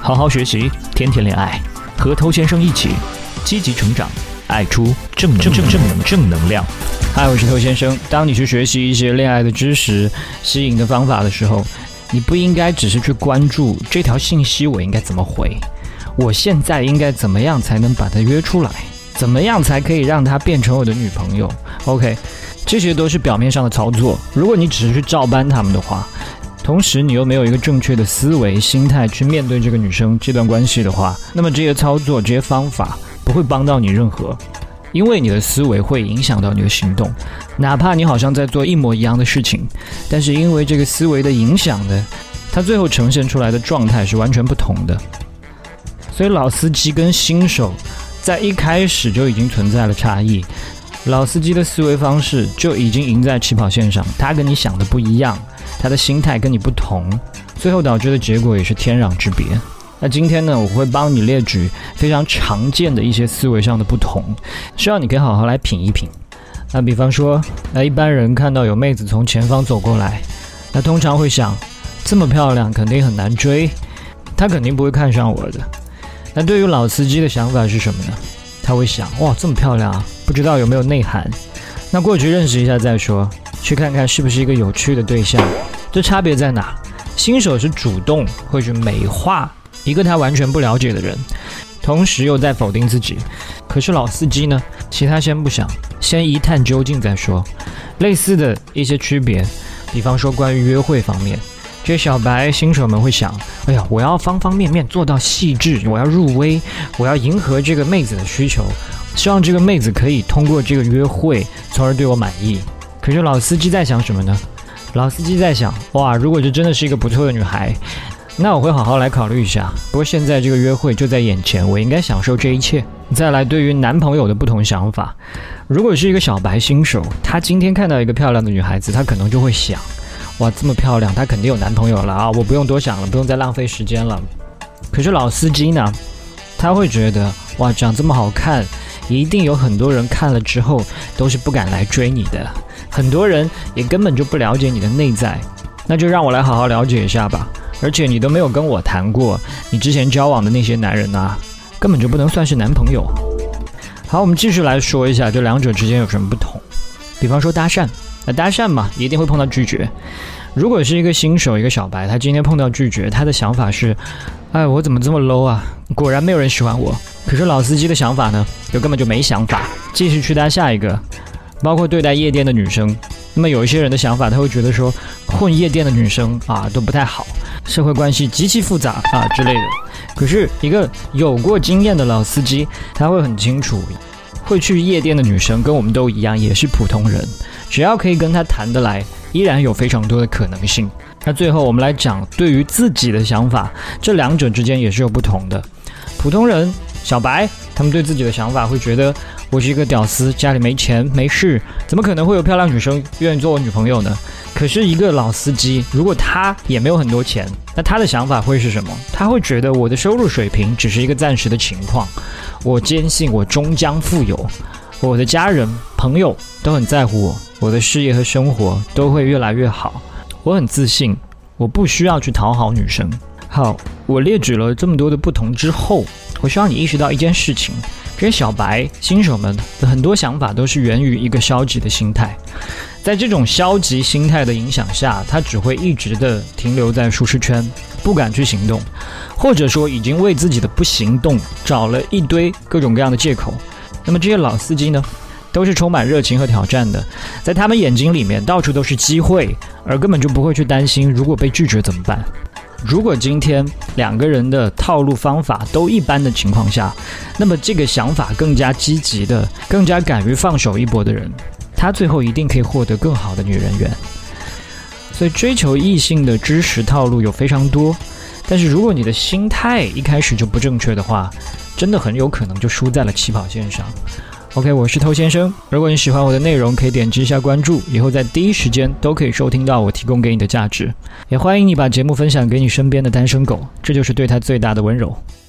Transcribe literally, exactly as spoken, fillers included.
好好学习，天天恋爱，和偷先生一起积极成长，爱出正正正正正能量。嗨，我是偷先生。当你去学习一些恋爱的知识、吸引的方法的时候，你不应该只是去关注这条信息我应该怎么回，我现在应该怎么样才能把它约出来，怎么样才可以让她变成我的女朋友。 OK， 这些都是表面上的操作，如果你只是去照搬他们的话，同时你又没有一个正确的思维心态去面对这个女生这段关系的话，那么这些操作这些方法不会帮到你任何，因为你的思维会影响到你的行动。哪怕你好像在做一模一样的事情，但是因为这个思维的影响呢，它最后呈现出来的状态是完全不同的。所以老司机跟新手在一开始就已经存在了差异，老司机的思维方式就已经赢在起跑线上，他跟你想的不一样，他的心态跟你不同，最后导致的结果也是天壤之别。那今天呢，我会帮你列举非常常见的一些思维上的不同，希望你可以好好来品一品。那比方说，那一般人看到有妹子从前方走过来，那通常会想，这么漂亮肯定很难追，她肯定不会看上我的。那对于老司机的想法是什么呢？他会想，哇，这么漂亮啊，不知道有没有内涵，那过去认识一下再说，去看看是不是一个有趣的对象。这差别在哪？新手是主动会去美化一个他完全不了解的人，同时又在否定自己。可是老司机呢，其他先不想，先一探究竟再说。类似的一些区别，比方说关于约会方面，这些小白新手们会想，哎呀，我要方方面面做到细致，我要入微，我要迎合这个妹子的需求，希望这个妹子可以通过这个约会从而对我满意。可是老司机在想什么呢？老司机在想，哇，如果这真的是一个不错的女孩，那我会好好来考虑一下，不过现在这个约会就在眼前，我应该享受这一切。再来，对于男朋友的不同想法，如果是一个小白新手，他今天看到一个漂亮的女孩子，他可能就会想，哇，这么漂亮，她肯定有男朋友了啊！我不用多想了，不用再浪费时间了。可是老司机呢，他会觉得，哇，长这么好看，一定有很多人看了之后都是不敢来追你的，很多人也根本就不了解你的内在，那就让我来好好了解一下吧。而且你都没有跟我谈过，你之前交往的那些男人啊，根本就不能算是男朋友。好，我们继续来说一下这两者之间有什么不同。比方说搭讪，那搭讪嘛，一定会碰到拒绝。如果是一个新手，一个小白，他今天碰到拒绝，他的想法是，哎，我怎么这么 low 啊，果然没有人喜欢我。可是老司机的想法呢，就根本就没想法，继续去搭下一个。包括对待夜店的女生，那么有一些人的想法，他会觉得说，混夜店的女生啊都不太好，社会关系极其复杂啊之类的。可是一个有过经验的老司机，他会很清楚，会去夜店的女生跟我们都一样，也是普通人，只要可以跟他谈得来，依然有非常多的可能性。那最后我们来讲对于自己的想法，这两者之间也是有不同的。普通人小白，他们对自己的想法会觉得，我是一个屌丝，家里没钱没事，怎么可能会有漂亮女生愿意做我女朋友呢？可是一个老司机，如果他也没有很多钱，那他的想法会是什么？他会觉得我的收入水平只是一个暂时的情况，我坚信我终将富有，我的家人朋友都很在乎我，我的事业和生活都会越来越好，我很自信，我不需要去讨好女生。好，我列举了这么多的不同之后，我希望你意识到一件事情，这些小白新手们的很多想法都是源于一个消极的心态。在这种消极心态的影响下，他只会一直的停留在舒适圈，不敢去行动，或者说已经为自己的不行动找了一堆各种各样的借口。那么这些老司机呢，都是充满热情和挑战的，在他们眼睛里面到处都是机会，而根本就不会去担心如果被拒绝怎么办。如果今天两个人的套路方法都一般的情况下，那么这个想法更加积极的，更加敢于放手一搏的人，他最后一定可以获得更好的女人缘。所以追求异性的知识套路有非常多，但是如果你的心态一开始就不正确的话，真的很有可能就输在了起跑线上。OK， 我是偷先生。如果你喜欢我的内容，可以点击一下关注，以后在第一时间都可以收听到我提供给你的价值。也欢迎你把节目分享给你身边的单身狗，这就是对他最大的温柔。